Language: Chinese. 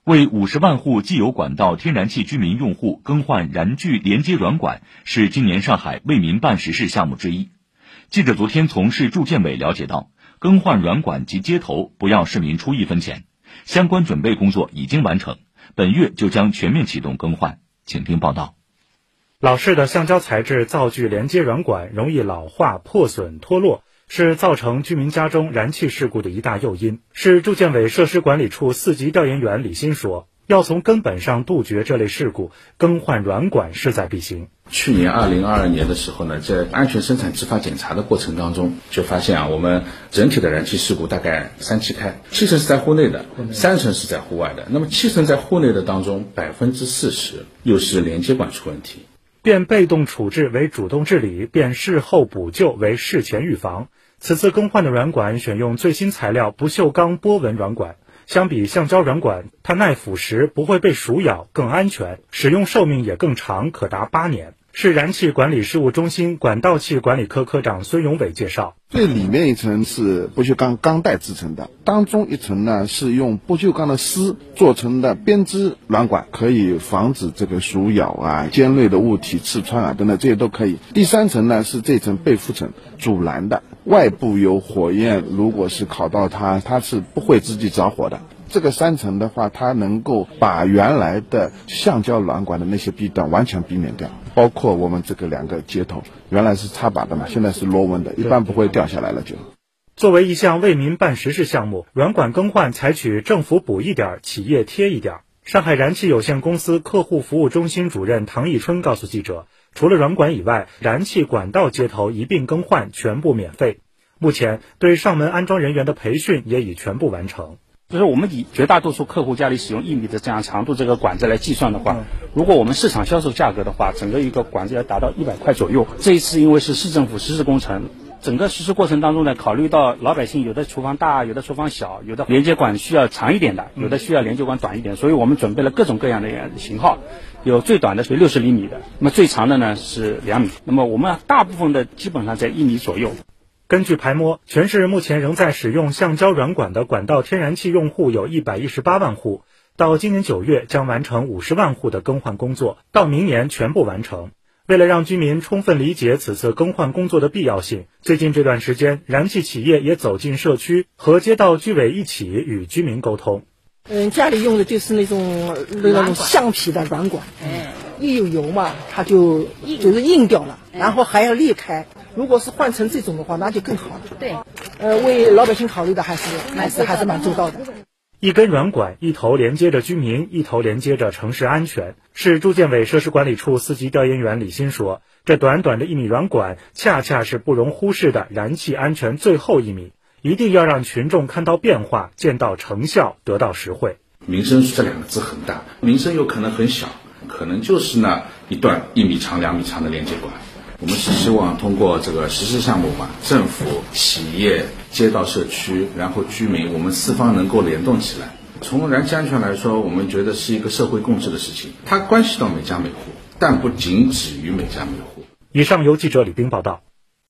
为50万户既有管道天然气居民用户更换燃具连接软管是今年上海为民办实事项目之一。记者昨天从市住建委了解到，更换软管及接头不要市民出1分钱，相关准备工作已经完成，本月就将全面启动更换。请听报道。 老式的橡胶材质灶具连接软管容易老化、破损、脱落，是造成居民家中燃气事故的一大诱因。市住建委设施管理处4级调研员李欣说，要从根本上杜绝这类事故，更换软管势在必行。 去年2022年的时候呢，在安全生产执法检查的过程当中，就发现我们整体的燃气事故大概3七开，7成是在户内的，3成是在户外的。那么7成在户内的当中，40%又是连接管出问题。 变被动处置为主动治理，变事后补救为事前预防。此次更换的软管选用最新材料不锈钢波纹软管，相比橡胶软管，它耐腐蚀，不会被鼠咬，更安全，使用寿命也更长，可达8年。市燃气管理事务中心管道气管理科科长孙永伟介绍， 最里面一层是不锈钢钢带制成的，当中一层呢是用不锈钢的丝做成的编织软管，可以防止这个鼠咬啊、尖锐的物体刺穿啊等等，这些都可以。第3层呢是这层被覆层阻燃的，外部有火焰，如果是烤到它是不会自己着火的。这个3层的话，它能够把原来的橡胶软管的那些弊端完全避免掉，包括我们这个2个接头，原来是插拔的嘛，现在是螺纹的，一般不会掉下来了就。 作为一项为民办实事项目，软管更换采取政府补一点，企业贴一点。上海燃气有限公司客户服务中心主任唐义春告诉记者，除了软管以外，燃气管道接头一并更换，全部免费。目前对上门安装人员的培训也已全部完成。 就是我们以绝大多数客户家里使用1米的这样长度这个管子来计算的话，如果我们市场销售价格的话，整个一个管子要达到100块左右。这一次因为是市政府实施工程，整个实施过程当中呢，考虑到老百姓有的厨房大，有的厨房小，有的连接管需要长一点的，有的需要连接管短一点，所以我们准备了各种各样的型号，有最短的是60厘米的，那么最长的呢是2米，那么我们大部分的基本上在1米左右。 根据排摸，全市目前仍在使用橡胶软管的管道天然气用户有118万户，到今年9月将完成50万户的更换工作，到明年全部完成。为了让居民充分理解此次更换工作的必要性，最近这段时间，燃气企业也走进社区，和街道居委一起与居民沟通。 家里用的就是那种橡皮的软管，一有油嘛，它就是硬掉了，然后还要裂开。如果是换成这种的话，那就更好了。 对， 为老百姓考虑的还是蛮周到的。 一根软管，一头连接着居民，一头连接着城市安全。市住建委设施管理处4级调研员李欣说，这短短的1米软管，恰恰是不容忽视的燃气安全最后1米，一定要让群众看到变化，见到成效，得到实惠。 民生这2个字很大，民生有可能很小，可能就是那一段1米长、2米长的连接管。我们是希望通过这个实施项目嘛，政府、企业、街道、社区，然后居民，我们4方能够联动起来。从燃气安全来说，我们觉得是一个社会共治的事情，它关系到每家每户，但不仅止于每家每户。 以上由记者李冰报道。